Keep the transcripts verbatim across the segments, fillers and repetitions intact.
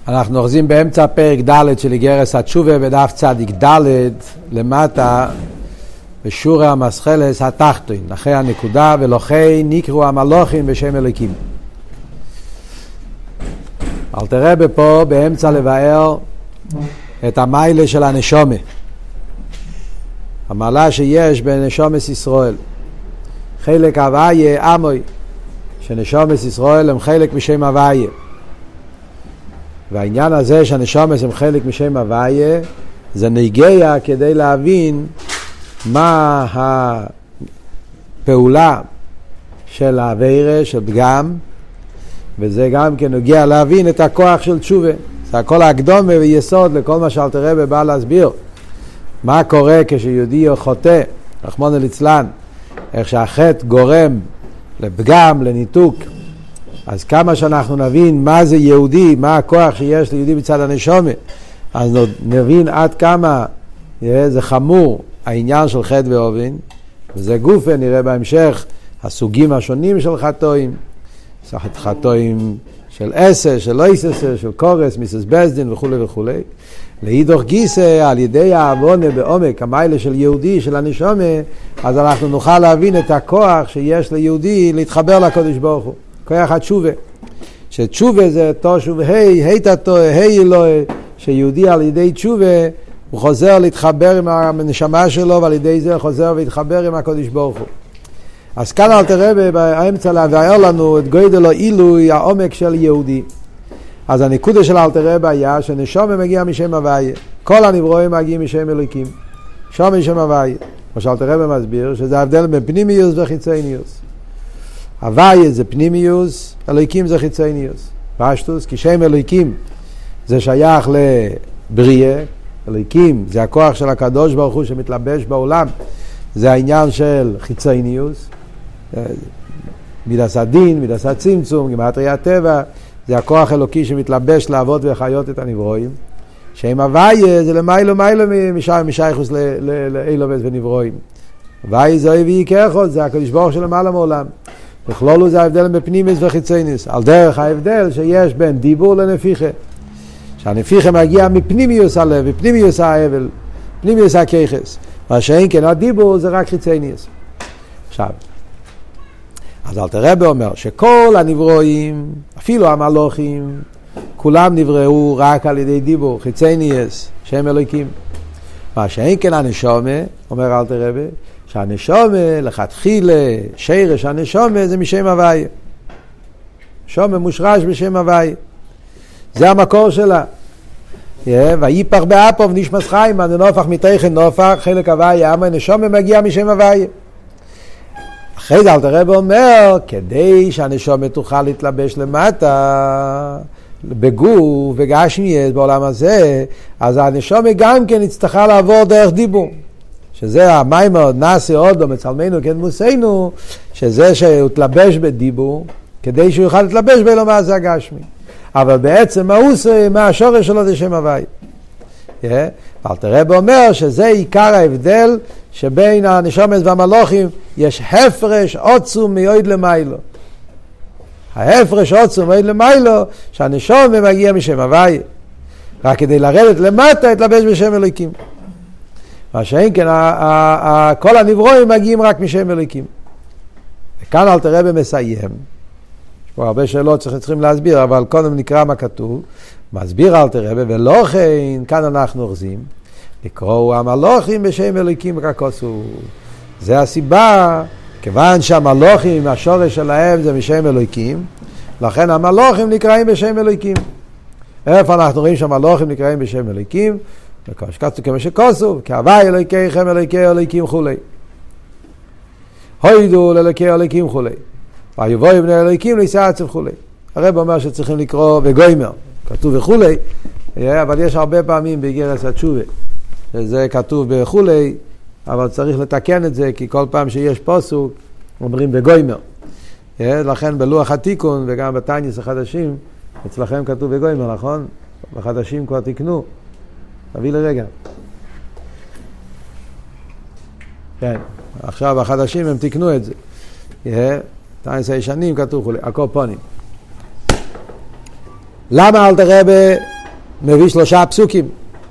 אנחנו אוחזים באמצע פרק ד' של איגרס התשובה בדף צדיק ד' למטה בשורה המסחלס התחתון אחרי הנקודה ולכן נקראו המלוכים בשם אלוקים. אל תראה בפה באמצע לבאר את המיילה של הנשומה, המעלה שיש בנשומס ישראל. חלק הוויה עמוי, שנשומס ישראל הם חלק משם הוויה, והעניין הזה שהנשומס הם חלק משם הוויה זה נגיע כדי להבין מה הפעולה של העבירה, של פגם, וזה גם כן נוגע להבין את הכוח של תשובה. זה הכל הקדומה ויסוד לכל מה שאל תראה בבא להסביר מה קורה כשיהודי או חוטא רחמנא ליצלן, איך שהחטא גורם לפגם, לניתוק. אז כמה שאנחנו נבין מה זה יהודי, מה הכוח שיש ליהודי בצד הנשומה, אז נבין עד כמה זה חמור העניין של חטא ועוון. וזה גופה, נראה בהמשך הסוגים השונים של חטאים, חטאים של עשר, של לא עשר, של קורס, מיסס בסדין וכו' וכו'. להידוך גיסא על ידי העוונה בעומק המיילה של יהודי, של הנשומה, אז אנחנו נוכל להבין את הכוח שיש ליהודי להתחבר לקדוש ברוך הוא, כוח התשובה. שתשובה זה תושוב היי, היי תתו, היי אלוהי, שיהודי על ידי תשובה הוא חוזר להתחבר עם הנשמה שלו, ועל ידי זה חוזר להתחבר עם הקדוש ברוך הוא. אז כאן אל תראה באמצע להבהר לנו את גודל העילוי, העומק של יהודי. אז הנקודה של אל תראה היה שנשמה מגיע משם הוויה, כל הנברואים מגיעים משם אלוקים, שם משם הוויה. כמו שאל תראה מסביר שזה ההבדל בין פנימיוס וחיצוניוס. הוויה זה פנימיוס, אלוקים זה חיצוניוס. פשטוס, כי שם אלוקים זה שייך לבריאה, אלוקים זה הכוח של הקדוש ברוך הוא שמתלבש בעולם, זה העניין של חיצוניוס, מידס הדין, מידס הצמצום, גימטריה הטבע, זה הכוח אלוקי שמתלבש לעבוד ולחיות את הנברואים. שם הוויה זה למיילו מיילו משייכוס לאילובס ונברואים. הוויה זה אוהבי כרחות, זה הקדוש ברוך של למעלה מעולם. בכלולו זה ההבדל בפנימיוס וחיצוניוס, על דרך ההבדל שיש בין דיבור לנפיחה. שהנפיחה מגיע מפנימיוס הלב, מפנימיוס ההבל, פנימיוס הכיחס. מה שאין כן הדיבור זה רק חיצוניוס. עכשיו, אז אל תראה באומר שכל הנברואים, אפילו המלוכים, כולם נבראו רק על ידי דיבור, חיצוניוס, שם אלוקים. מה שאין כן הנשומה, אומר אל תראה, שהנשומה לכתחילה, שרש הנשומה זה משם הוויה. נשומה מושרש בשם הוויה. זה המקור שלה. ויפח באפוב נשמס חיים, הנופח מתייכן נופח, חלק הוויה, אבל הנשומה מגיע משם הוויה. אחרי זה אל תראה ואומר, כדי שהנשומה תוכל להתלבש למטה, בגוף וגשמיות בעולם הזה, אז הנשומה גם כן הצטרכה לעבור דרך דיבור. שזה המיימר נעשה עוד מצלמנו כן מוסנו, שזה שהוא תלבש בדיבור, כדי שהוא יוכל להתלבש בו מה זה הגשמי. אבל בעצם מה הוא עושה, מה השורש שלו זה שם הווי. אבל תראה ואומר שזה עיקר ההבדל שבין הנשומות והמלוכים, יש הפרש עוצום מיועד למיילו. ההפרש עוצום מיועד למיילו, שהנשום מגיע משם הווי. רק כדי לרדת למטה, התלבש בשם אלוקים. מה שאין כן, כל הנברואים מגיעים רק משם אלוקים. וכאן אל תראה במסיים. יש פה הרבה שאלות שצריכים להסביר, אבל קודם נקרא מה כתוב. מסביר אל תראה, ולא כן, כאן אנחנו אוחזים. לקראו המלוכים בשם אלוקים ככוסו. זה הסיבה, כיוון שהמלוכים, השורש שלהם זה משם אלוקים, לכן המלוכים נקראים בשם אלוקים. איפה אנחנו רואים שהמלוכים נקראים בשם אלוקים? וכתוב כמו שכוסו, כי הווי אלוקיכם אלוקי אלוקים כולי. הוידו לאלוקי אלוקים כולי. ויבואו בני אלוקים לישעצב כולי. הרב אומר שצריכים לקרוא וגוימר, כתוב וכולי, אבל יש הרבה פעמים באיגרס התשובה, שזה כתוב וכולי, אבל צריך לתקן את זה, כי כל פעם שיש פסוק, אומרים וגוימר. לכן בלוח התיקון, וגם בתניס החדשים, אצלכם כתוב וגוימר, נכון? בחדשים כבר תקנו. תביא לרגע. כן, עכשיו החדשים הם תקנו את זה. תניס הישנים כתוב וכולי, הקופונים. למה אל תראה מביא שלושה פסוקים.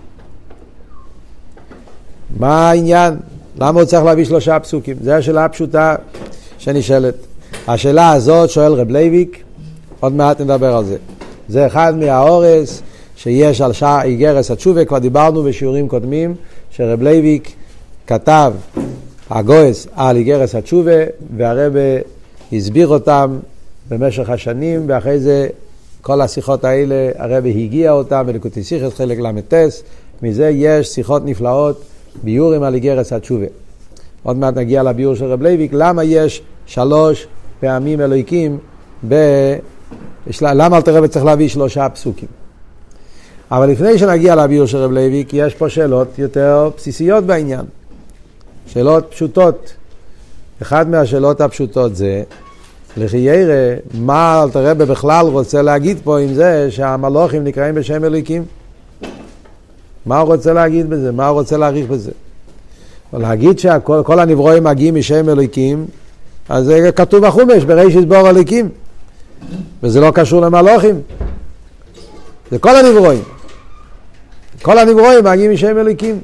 מה העניין? למה הוא צריך להביא שלושה פסוקים? זו השאלה הפשוטה שנשאלת. השאלה הזאת שואל רב לייביק, עוד מעט נדבר על זה. זה אחד מהאורס שיש על שער איגרס התשובה, כבר דיברנו בשיעורים קודמים, שרב לייביק כתב הגויס על איגרס התשובה, והרב הסביר אותם במשך השנים, ואחרי זה כל השיחות האלה הרב הגיע אותם וליקוטי שיחס חלק למטס, מזה יש שיחות נפלאות ביורים על איגרס התשובה. עוד מעט נגיע לביור של רב לייביק, למה יש שלוש פעמים אלוהיקים, ב... למה אלתר רבי צריך להביא שלושה פסוקים. אבל לפני שנגיע לביור של רב לייביק, יש פה שאלות יותר בסיסיות בעניין. שאלות פשוטות. אחד מהשאלות הפשוטות זה, לכי יראה, מה אלתר רבי בכלל רוצה להגיד פה עם זה שהמלוכים נקראים בשם אלוהיקים? מה הוא רוצה להגיד בזה? מה הוא רוצה להעריך בזה? להגיד שכל כל הנברואים מגיעים משם אלוהיקים, אז זה כתוב בחומש, בראשית בור אלוהיקים. וזה לא קשור למלוכים. זה כל הנברואים. כל הנברואים מגיעים משם אלוהיקים.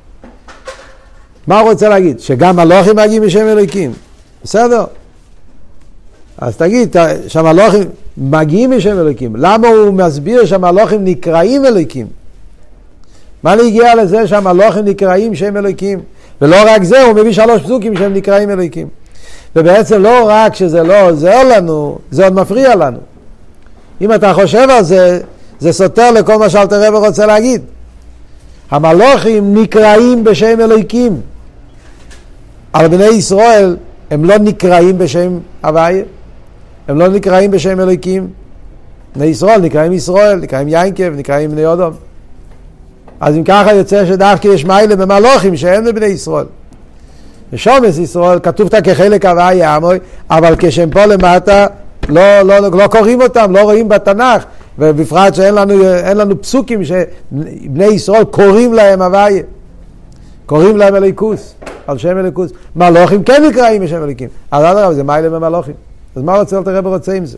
מה הוא רוצה להגיד? שגם מלוכים מגיעים משם אלוהיקים. בסדר? אז תגיד, שהמלוכים מגיעים משם אלוהיקים. למה הוא מסביר שהמלוכים נקראים אלוהיקים? מה נגיע לזה שהמלוכים נקראים שם אלוהיקים? ולא רק זה, הוא מביא שלוש פסוקים שהם נקראים אלוהיקים. ובעצם לא רק שזה לא עוזר לנו, זה עוד מפריע לנו. אם אתה חושב על זה, זה סותר לכל מה שאלתר רבי רוצה להגיד. המלוכים נקראים בשם אלוהיקים. אבל בני ישראל הם לא נקראים בשם הוויה. הם לא נקראים בשם אלוהיקים. בני ישראל נקראים ישראל, נקראים יינקב, נקראים בני אדום. אז אם ככה יוצא שדווקא יש מיילה במלוכים שאין בבני ישראל. בשומס ישראל כתוב אותה כחלק הוויה עמוי, אבל כשהם פה למטה לא, לא, לא, לא קוראים אותם, לא רואים בתנ"ך, ובפרט שאין לנו, אין לנו פסוקים שבני ישראל קוראים להם הוויה, קוראים להם אליקוס, על שם אליקוס. מלוכים כן נקראים בשם אליקים, אז עד הרב זה מיילה במלוכים. אז מה רוצה אלתר רבי רוצה עם זה?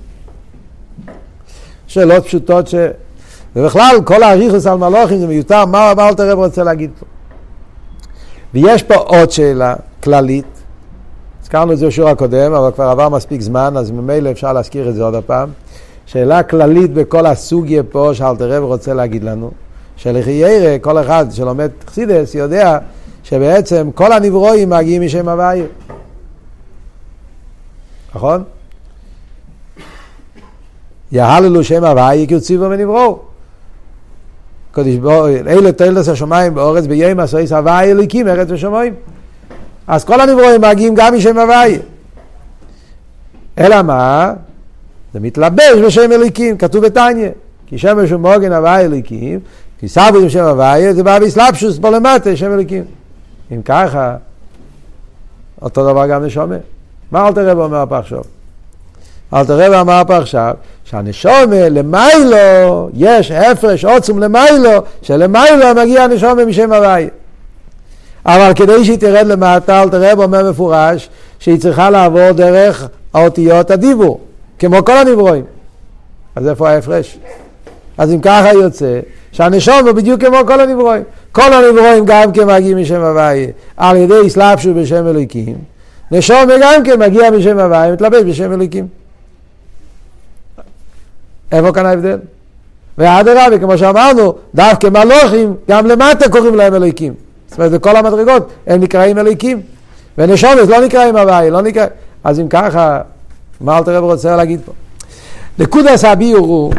שאלות פשוטות ש... ובכלל כל האריכוס על מלוכים זה מיותר, מה אלתר רבי רוצה להגיד פה? ויש פה עוד שאלה כללית, הזכרנו את זה בשיעור הקודם, אבל כבר עבר מספיק זמן, אז ממילא אפשר להזכיר את זה עוד הפעם. שאלה כללית בכל הסוגיה פה שאלתר רבי רוצה להגיד לנו, שלכי ירא, כל אחד שלומד חסידס יודע שבעצם כל הנברואים מגיעים משם הוויה. נכון? יהללו שם הוויה כי הוציאו ונבראו. קודש בו, אלה תולדות השמיים באורץ ביום עשו הוויה אלוהיקים ארץ ושמיים. אז כל הנברואים מגיעים גם משם הוויה. אלא מה? זה מתלבש בשם אלוהיקים, כתוב בתניא. כי שם משום מוגן הוויה אלוהיקים, כי סבו בשם הוויה, זה בא בסלבשוס בו למטה, שם אלוהיקים. אם ככה, אותו דבר גם נשומה. מה אלתר רבי אומר פה עכשיו? אלתר רבי אמר פה עכשיו, שהנשומה למיילו, יש הפרש עוצם למיילו, שלמיילו מגיע הנשומה משם הוויה. אבל כדי שהיא תרד למטה, אלתר רבי אומר מפורש, שהיא צריכה לעבור דרך האותיות הדיבור, כמו כל הנברואים. אז איפה ההפרש? אז אם ככה יוצא, שהנשומה בדיוק כמו כל הנברואים. כל הנברואים גם כן מגיעים משם הוויה, על ידי הסלבשו בשם אלוהיקים. נשומה גם כן מגיע משם הוויה, מתלבש בשם אלוהיקים. איפה כאן ההבדל? והאדרבה, כמו שאמרנו, דווקא מלוכים, גם למטה קוראים להם אלוהיקים. זאת אומרת, בכל המדרגות הם נקראים אלוהיקים. ונשומות לא נקראים הוויה, לא נקראים. אז אם ככה, מה אלתר רבי רוצה להגיד פה? נקודס הביור הוא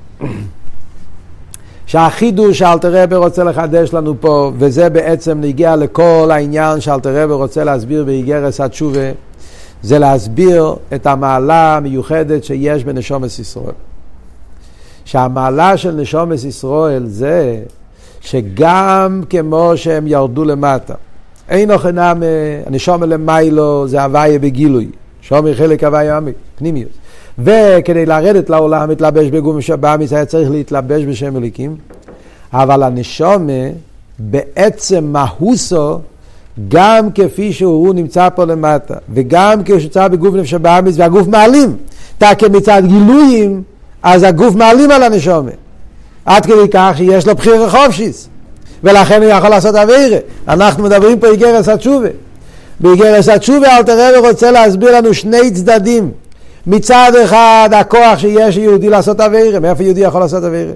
שהחידוש שאלתר רבי רוצה לחדש לנו פה, וזה בעצם נגיע לכל העניין שאלתר רבי רוצה להסביר באיגרס התשובה, זה להסביר את המעלה המיוחדת שיש בנשומת ישראל. שהמעלה של נשומת ישראל זה שגם כמו שהם ירדו למטה, אין אוכנם הנשומה למיילו, זה הוויה בגילוי, שומר חלק הוויה עמי, פנימיות. וכדי לרדת לעולם מתלבש בגוף משבאמיס היה צריך להתלבש בשם אלוהיקים, אבל הנשומה בעצם מהוסו גם כפי שהוא נמצא פה למטה, וגם כשהוא נמצא בגוף משבאמיס והגוף מעלים, תקה מצד גילויים, אז הגוף מעלים על הנשומה. עד כדי כך שיש לו בחירה חופשיס, ולכן הוא יכול לעשות עבירה. אנחנו מדברים פה איגרס התשובה. באיגרס התשובה אלתר רבי רוצה להסביר לנו שני צדדים. מצד אחד הכוח שיש יהודי לעשות עבירה. מאיפה יהודי יכול לעשות עבירה?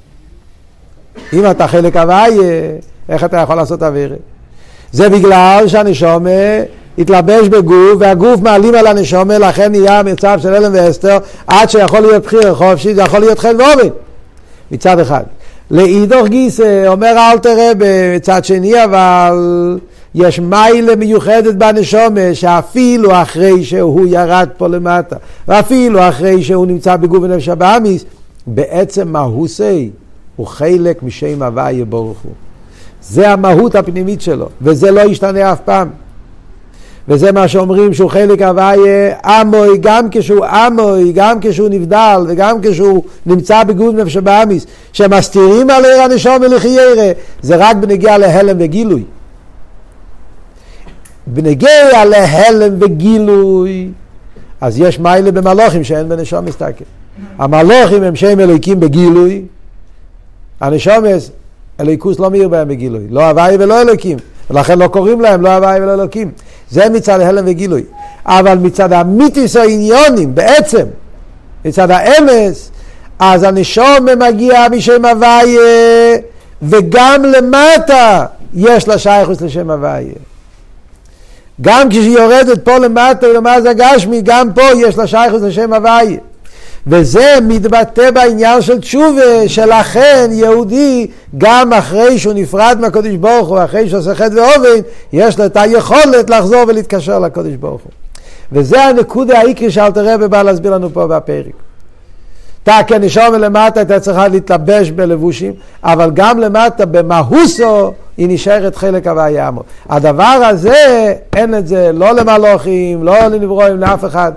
אם אתה חלק הוויה, איך אתה יכול לעשות עבירה? זה בגלל שהנשמה התלבש בגוף, והגוף מעלים על הנשמה, לכן נהיה מצב של אלם ואסתר, עד שיכול להיות בחירה חופשית, זה יכול להיות חן ואובן. מצד אחד. לאידוך גיס אומר אלתר רבי, מצד שני אבל יש מיילה מיוחדת בנשמה, שאפילו אחרי שהוא ירד פה למטה, ואפילו אחרי שהוא נמצא בגוף ונפש הבאמיס, בעצם מהוסי הוא חלק משם הוויה ברוך הוא. זה המהות הפנימית שלו, וזה לא ישתנה אף פעם. וזה מה שאומרים שהוא חלק הוויה עמוי, גם כשהוא עמוי, גם כשהוא נבדל, וגם כשהוא נמצא בגוף נפש הבאמיס, שמסתירים על עיר הנשום ולחיירה, זה רק בנגיע להלם וגילוי. בנגיע להלם וגילוי, אז יש מיילה במלוכים שאין בנשום מסתכל. המלוכים הם שם אלוהיקים בגילוי, הנשומס, אלוהיקוס לא מאיר בהם בגילוי, לא הוויה ולא אלוהיקים, ולכן לא קוראים להם לא הוויה ולא אלוהיקים. זה מצד ההלם וגילוי. אבל מצד המיתיס העניונים, בעצם, מצד האמס, אז הנשום מגיע משם הוויה, וגם למטה יש לה שייכות לשם הוויה. גם כשהיא יורדת פה למטה, למטה זה גשמי, גם פה יש לה שייכות לשם הוויה. וזה מתבטא בעניין של תשובה, שלכן יהודי, גם אחרי שהוא נפרד מהקדוש ברוך הוא, אחרי שהוא עושה חטא ואובן, יש לו את היכולת לחזור ולהתקשר לקדוש ברוך הוא. וזה הנקודה העיקרי שאלתר רבי בא להסביר לנו פה בפרק. אתה כנשום למטה אתה צריכה להתלבש בלבושים, אבל גם למטה במהוסו היא נשארת חלק הוויה עמו. הדבר הזה, אין את זה לא למלוכים, לא לנברואים, לאף אחד.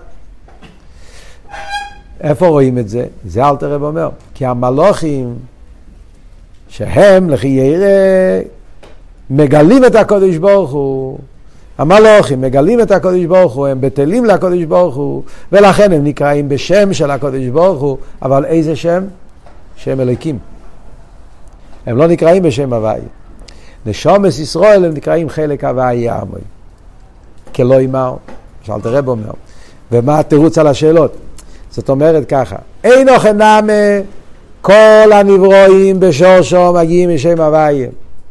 איפה רואים את זה? זה אלתר רבי אומר. כי המלוכים, שהם לכי ירא, מגלים את הקדוש ברוך הוא. המלוכים מגלים את הקדוש ברוך הוא, הם בטלים לקדוש ברוך הוא, ולכן הם נקראים בשם של הקדוש ברוך הוא. אבל איזה שם? שם אלוהיקים. הם לא נקראים בשם הוויה. נשומס ישראל הם נקראים חלק הוויה עמוי. כלא ימר, שאלתר רבי אומר. ומה התירוץ על השאלות? זאת אומרת ככה, אין אוכנמה כל הנברואים בשורשו מגיעים משם הוויה.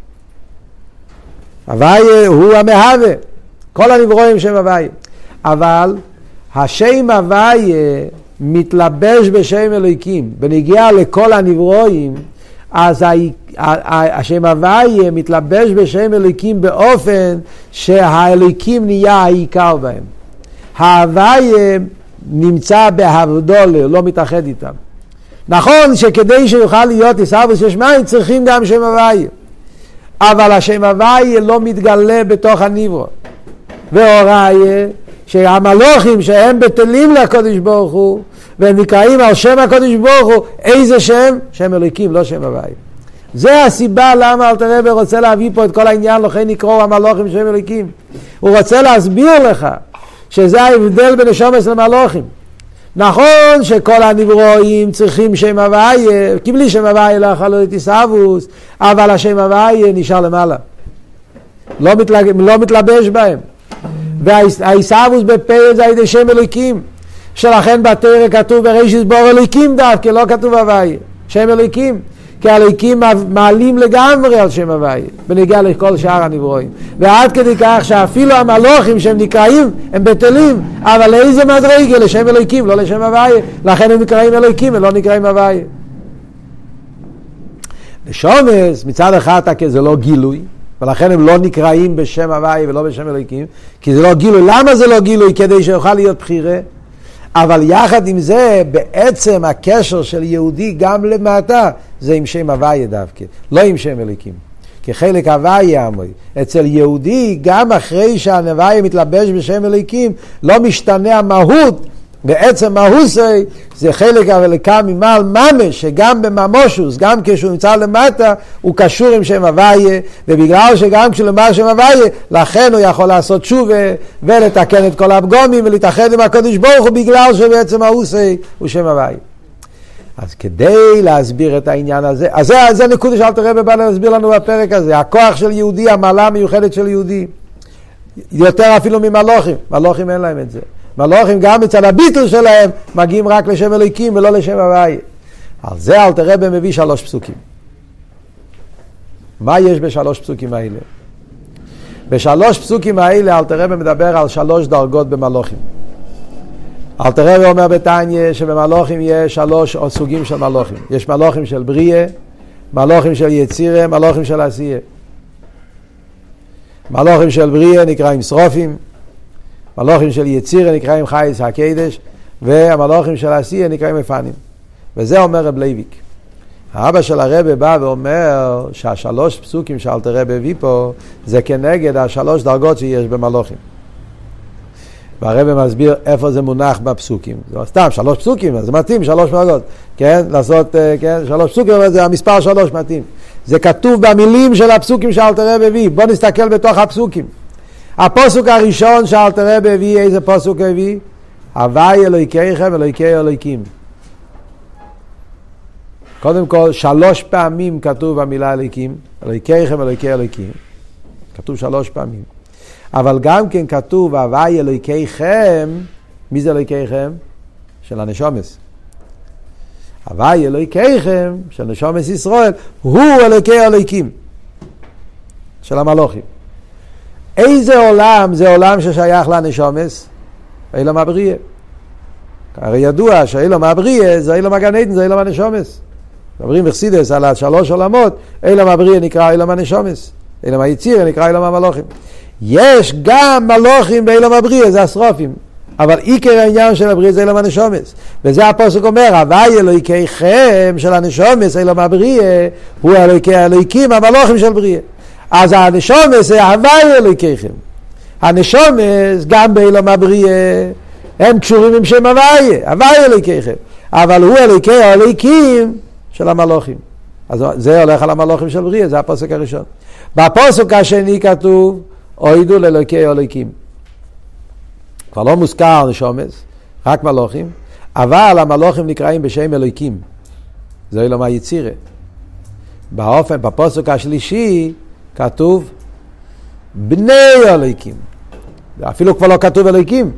הוויה הוא המהווה, כל הנברואים שם הוויה. אבל השם הוויה מתלבש בשם אלוהיקים. בנגיע לכל הנברואים, אז השם הוויה מתלבש בשם אלוהיקים באופן שהאלוהיקים נהיה העיקר בהם. ההוויה נמצא בהבדולה, לא מתאחד איתם. נכון שכדי שיוכל להיות עיסאוויס יש מים צריכים גם שם הוויה, אבל השם הוויה לא מתגלה בתוך הנברוא. והוראיה שהמלוכים שהם בטלים לקדוש ברוך הוא והם נקראים על שם הקדוש ברוך הוא, איזה שם? שם אלוהיקים, לא שם הוויה. זה הסיבה למה אלתר רבי רוצה להביא פה את כל העניין, לכן נקראו המלוכים שם אלוהיקים. הוא רוצה להסביר לך שזה ההבדל בין נשומס למלוכים. נכון שכל הנברואים צריכים שם הוויה, כי בלי שם הוויה לא יכול להיות עיסאוויס, אבל השם הוויה נשאר למעלה. לא, מתלג... לא מתלבש בהם. והעיסאוויס בפרק זה על ידי שם אלוהיקים. שלכן בתורה כתוב בראשית ברא אלוהיקים דווקא, לא כתוב הוויה. שם אלוהיקים. כי האלוהיקים מעלים לגמרי על שם הוויה, בנגיע לכל שאר הנברואים. ועד כדי כך שאפילו המלוכים שהם נקראים, הם בטלים, אבל לאיזה מדרגה? לשם אלוהיקים, לא לשם הוויה. לכן הם נקראים אלוהיקים, הם לא נקראים הוויה. נשומס, מצד אחד זה לא גילוי, ולכן הם לא נקראים בשם הוויה ולא בשם אלוהיקים, כי זה לא גילוי. למה זה לא גילוי? כדי שיוכל להיות בחירה. אבל יחד עם זה, בעצם הקשר של יהודי גם למטה, זה עם שם הוויה דווקא, לא עם שם אלוהיקים. כי חלק הוויה עמוי. אצל יהודי, גם אחרי שההוויה מתלבש בשם אלוהיקים, לא משתנה המהות, בעצם מהוסי, זה חלק הלקה ממעל ממש, שגם בממושוס, גם כשהוא נמצא למטה, הוא קשור עם שם הוויה, ובגלל שגם כשהוא למעל שם הוויה, לכן הוא יכול לעשות תשובה, ולתקן את כל הפגומים, ולהתאחד עם הקדוש ברוך הוא, בגלל שבעצם מהוסי הוא שם הוויה. אז כדי להסביר את העניין הזה, אז זה, זה נקודה שאלתר רבי בא להסביר לנו בפרק הזה, הכוח של יהודי, המעלה המיוחדת של יהודי, יותר אפילו ממלוכים, מלוכים אין להם את זה. מלוכים גם מצד הביטול שלהם מגיעים רק לשם אלוקים ולא לשם הוויה. על זה אלתר רבי מביא שלוש פסוקים. מה יש בשלוש פסוקים האלה? בשלוש פסוקים האלה אלתר רבי מדבר על שלוש דרגות במלוכים. אלתר רבי אומר בתניא שבמלוכים יש שלוש סוגים של מלוכים. יש מלוכים של בריאה, מלוכים של יצירה, מלוכים של עשייה. מלוכים של בריאה נקראים שרופים, מלוכים של יצירה נקראים חייס הקדש, והמלוכים של עשייה נקראים מפנים. וזה אומר רב לייביק. האבא של הרבי בא ואומר שהשלוש פסוקים שאלתר רבי הביא פה זה כנגד השלוש דרגות שיש במלוכים. והרבי מסביר איפה זה מונח בפסוקים. זה לא סתם, שלוש פסוקים, זה מתאים, שלוש דרגות. כן, לעשות, כן, שלוש פסוקים, זה המספר שלוש מתאים. זה כתוב במילים של הפסוקים שאלתר רבי הביא. בוא נסתכל בתוך הפסוקים. הפסוק הראשון שאלתר רבי הביא, איזה פסוק הביא? הווי אלוהיכיכם אלוהיקי אלוהיקים. קודם כל, שלוש פעמים כתוב המילה אלוהיקים, אלוהיכיכם אלוהיקי אלוהיקים. כתוב שלוש פעמים. אבל גם כן כתוב הווי אלוהיכיכם, מי זה אלוהיכיכם? של הנשומס. הווי אלוהיכיכם של נשומס ישראל, הוא אלוהיקי אלוהיקים של המלוכים. איזה עולם זה עולם ששייך לנשומס? אילום הבריאה. הרי ידוע שאילום הבריאה זה אילום הגן עדן, זה אילום הנשומס. מדברים בחסידות על השלוש עולמות, אילום הבריאה נקרא אילום הנשומס, אילום היצירה נקרא אילום המלוכים. יש גם מלוכים באילום הבריאה, זה השרופים, אבל עיקר העניין של הבריאה זה אילום הנשומס. וזה הפסוק אומר, הווי אלוהיכיכם של הנשומס, אילום הבריאה, הוא אלוהיקי האלוהיקים, המלוכים של בריאה. אז הנשומס זה הווי אלוהיכיכם. הנשומס גם באילום הבריאה, הם קשורים עם שם הווי, הווי אלוהיכיכם. אבל הוא אלוהיקי האלוהיקים של המלוכים. אז זה הולך על המלוכים של בריאה, זה הפסוק הראשון. בפסוק השני כתוב, אוידו לאלוהיקי אלוהיקים. כבר לא מוזכר נשומס, רק מלוכים, אבל המלוכים נקראים בשם אלוהיקים. זה אילום היצירה. באופן, בפסוק השלישי, כתוב בני אלוהיקים. אפילו כבר לא כתוב אלוהיקים.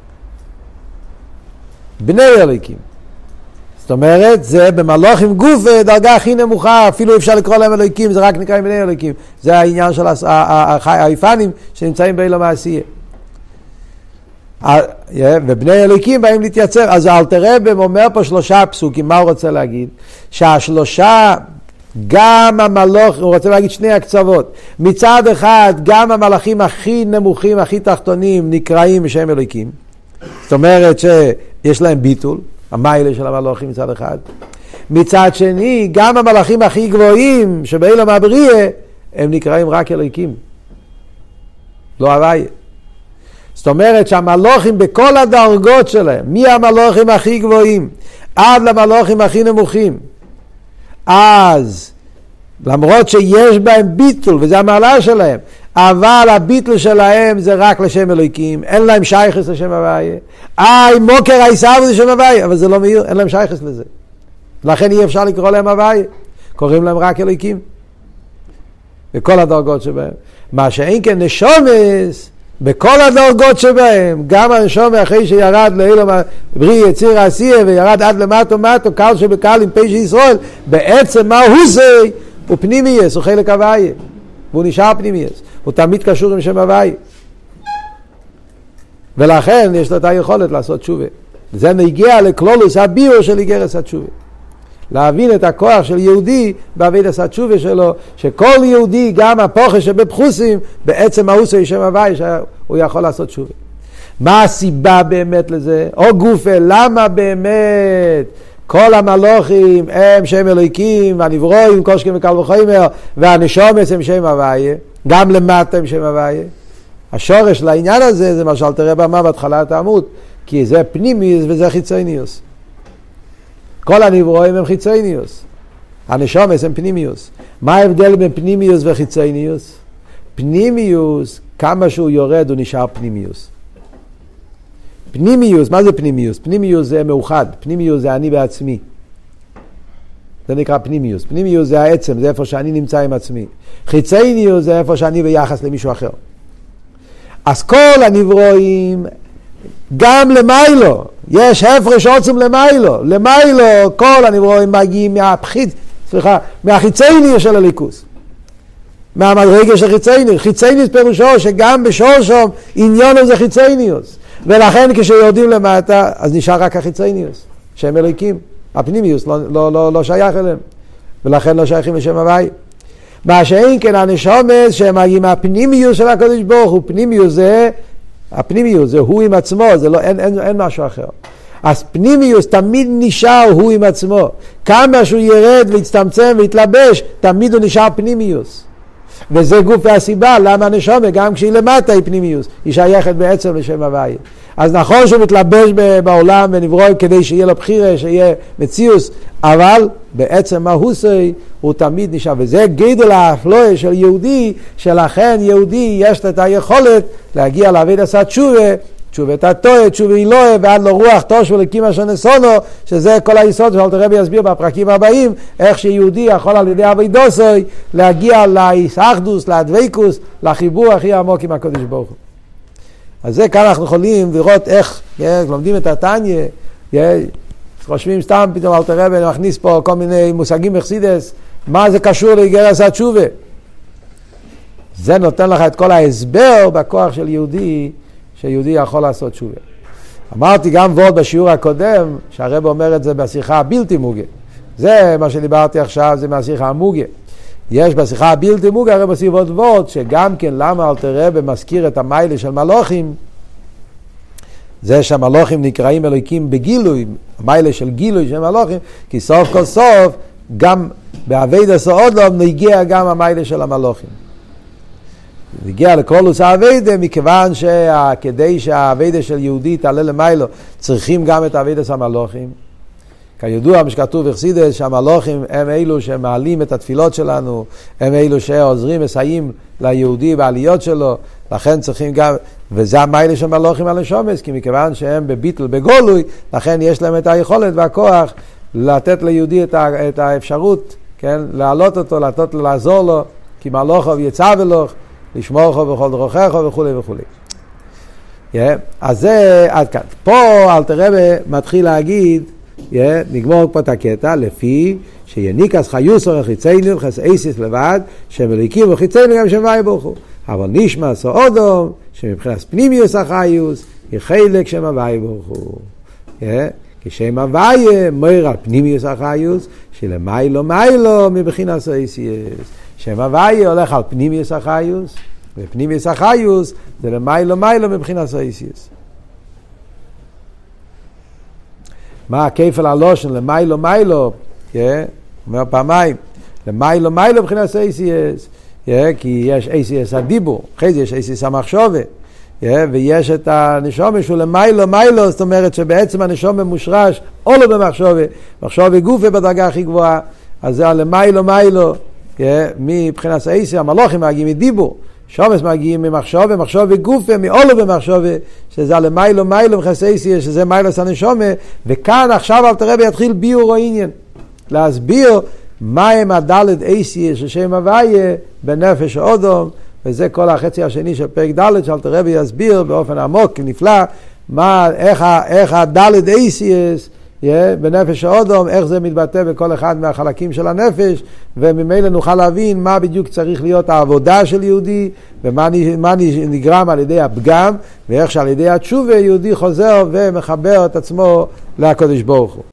בני אלוהיקים. זאת אומרת, זה במלוכים גוף דרגה הכי נמוכה, אפילו אפשר לקרוא להם אלוהיקים, זה רק נקרא בני אלוהיקים. זה העניין של האיפנים שנמצאים באילום העשייה. ובני אלוהיקים באים להתייצב. אז אלתר רבי אומר פה שלושה פסוקים, מה הוא רוצה להגיד? שהשלושה, גם המלוך, הוא רוצה להגיד שני הקצוות. מצד אחד, גם המלאכים הכי נמוכים, הכי תחתונים, נקראים בשם אלוהיקים. זאת אומרת שיש להם ביטול. המיילה של המלאכים מצד אחד. מצד שני, גם המלאכים הכי גבוהים שבאילום הבריאה, הם נקראים רק אלוהיקים. לא הוויה. זאת אומרת שהמלאכים בכל הדרגות שלהם, מי המלאכים הכי גבוהים, עד למלאכים הכי נמוכים. אז, למרות שיש בהם ביטול, וזה המעלה שלהם, אבל הביטול שלהם זה רק לשם אלוהיקים, אין להם שייכס לשם הוויה. איי, מוקר הישאב זה שם הוויה, אבל זה לא מאיר, אין להם שייכס לזה. לכן אי אפשר לקרוא להם הוויה, קוראים להם רק אלוהיקים. בכל הדרגות שבהם. מה שאין כן נשומס, בכל הדרגות שבהם, גם הנשומס אחרי שירד לאילום בריא יציר עשייה, וירד עד למטו מטו, קל שבקל עם פשע ישראל, בעצם מה הוא זה? הוא פנימייס, הוא חלק הוויה. והוא נשאר פנימייס. הוא תמיד קשור עם שם הוואי. ולכן יש לו את היכולת לעשות תשובה. זה מגיע לכלולוס הביור של איגרס התשובה. להבין את הכוח של יהודי בעבודת התשובה שלו, שכל יהודי, גם הפוחש שבפחוסים, בעצם מהוסו שם הוואי, שהוא יכול לעשות תשובה. מה הסיבה באמת לזה? או גופה, למה באמת כל המלוכים הם שם אלוהיקים, והנברואים, קושקים וקל וחומר, והנשומס הם שם הוויה, גם למטה הם שם הוויה. השורש לעניין הזה, זה מה שאלתר רבי אמר בהתחלת העמוד, כי זה פנימיוס וזה חיצוניוס. כל הנברואים הם חיצוניוס. הנשומס הם פנימיוס. מה ההבדל בין פנימיוס וחיצוניוס? פנימיוס, כמה שהוא יורד, הוא נשאר פנימיוס. פנימיוס, מה זה פנימיוס? פנימיוס זה מאוחד, פנימיוס זה אני בעצמי. זה נקרא פנימיוס. פנימיוס זה העצם, זה איפה שאני נמצא עם עצמי. חיצייניוס זה איפה שאני ביחס למישהו אחר. אז כל הנברואים, גם למיילו, יש הפרש עוצם למיילו. למיילו כל הנברואים מגיעים מהפחית, סליחה, מהחיצייניוס של הליכוס. מהמדרגה של חיצייניוס. חיצייניוס פירושו שגם בשורשום עניון זה חיצייניוס. ולכן כשיורדים למטה, אז נשאר רק החיצייניוס, שהם אלוהיקים. הפנימיוס לא, לא, לא, לא שייך אליהם, ולכן לא שייכים לשם הוואי. מה שאין כן הנשומס שהם מגיעים מהפנימיוס של הקדוש ברוך הוא. פנימיוס זה, הפנימיוס זה הוא עם עצמו, זה לא, אין, אין, אין משהו אחר. אז פנימיוס תמיד נשאר הוא עם עצמו. כמה שהוא ירד והצטמצם והתלבש, תמיד הוא נשאר פנימיוס. וזה גוף והסיבה למה הנשמה גם כשהיא למטה היא פנימיוס, היא שייכת בעצם לשם הוויה. אז נכון שהוא מתלבש בעולם ונברוא כדי שיהיה לו בחירה, שיהיה מציאוס, אבל בעצם מהוסי הוא תמיד נשאר, וזה גדול האפלואה של יהודי, שלכן יהודי יש את היכולת להגיע לעבוד עשה תשובה, תשובה תתוה, תשובה אילוה, ועד לו רוח תוש ולקים אשר נסונו, שזה כל היסוד שאלתר רבי יסביר בפרקים הבאים, איך שיהודי יכול על ידי עבודתו להגיע לאחדוס, לדבקות, לחיבור הכי עמוק עם הקדוש ברוך הוא. אז זה כאן אנחנו יכולים לראות איך, לומדים את התניא, חושבים סתם, פתאום אלתר רבי מכניס פה כל מיני מושגים בחסידות, מה זה קשור לאיגרס התשובה? זה נותן לך את כל ההסבר בכוח של יהודי, שיהודי יכול לעשות תשובה. אמרתי גם ועוד בשיעור הקודם, שהרב אומר את זה בשיחה הבלתי מוגה. זה מה שדיברתי עכשיו, זה מהשיחה המוגה. יש בשיחה הבלתי מוגה, הרב עושה עוד ועוד, שגם כן למה אלתר רבי מזכיר את המיילה של מלוכים, זה שהמלוכים נקראים אלוהיקים בגילוי, המיילה של גילוי של מלוכים, כי סוף כל סוף, גם בעבודת סעודום נגיע גם המיילה של המלוכים. נגיע לקולוס העבודה, מכיוון שכדי שהעבודה של יהודי תעלה למיילו, צריכים גם את העבודת המלוכים. כידוע, מה שכתוב בחסידות, שהמלוכים הם אלו שמעלים את התפילות שלנו, הם אלו שעוזרים, מסייעים ליהודי בעליות שלו, לכן צריכים גם, וזה המיילה של מלוכים על השומס, כי מכיוון שהם בביטל, בגולוי, לכן יש להם את היכולת והכוח לתת ליהודי את, ה, את האפשרות, כן, להעלות אותו, לתת לו, לעזור לו, כי מלוכו יצא ולוך, לשמור חו בכל דרכיך וכו' וכו'. Yeah, אז זה עד כאן. פה אלתר רבי מתחיל להגיד, yeah, נגמור פה את הקטע, לפי שיניקס חיוסו וחיציינו וחסאיסיס לבד, שהם אלוהיקים וחיציינו גם שם הוויה ברוך הוא. אבל נשמע סעודום, שמבחינת פנימיוס החיוס, היא חלק שם הוויה ברוך הוא. Yeah, כשם הוויה מויר על פנימיוס החיוס, שלמיילו מיילו מבחינת סעיסיס. שם הוויה הולך על פנימיוס החיוס, ופנימיוס החיוס זה למיילו מיילו מבחינת סעיסיס. מה הכפל הלושן למיילו מיילו? אומר פעמיים, למיילו מיילו מבחינת סעיסיס, כי יש אייסיס הדיבור, אחרי זה יש אייסיס המחשבה, ויש את הנשום שהוא למיילו מיילו, זאת אומרת שבעצם הנשום מושרש או לא במחשבה, מחשבה גופה בדרגה הכי גבוהה, אז זה למיילו מיילו, מבחינת סעיסי, המלוכים מגיעים מדיבור, שומס מגיעים ממחשבה, מחשבה גופה, מאולו במחשבה, שזה למיילו מיילו מבחינת סעיסי, שזה מיילו סנשומה, וכאן עכשיו אלתר רבי יתחיל ביור העניין, להסביר מהם הדלת אייסי של שם הוויה בנפש האדם, וזה כל החצי השני של פרק ד' שאלתר רבי יסביר באופן עמוק, נפלא, מה, איך, איך הדלת אייסי Yeah, בנפש האדם, איך זה מתבטא בכל אחד מהחלקים של הנפש, וממילא נוכל להבין מה בדיוק צריך להיות העבודה של יהודי, ומה מה נגרם על ידי הפגם, ואיך שעל ידי התשובה יהודי חוזר ומחבר את עצמו לקדוש ברוך הוא.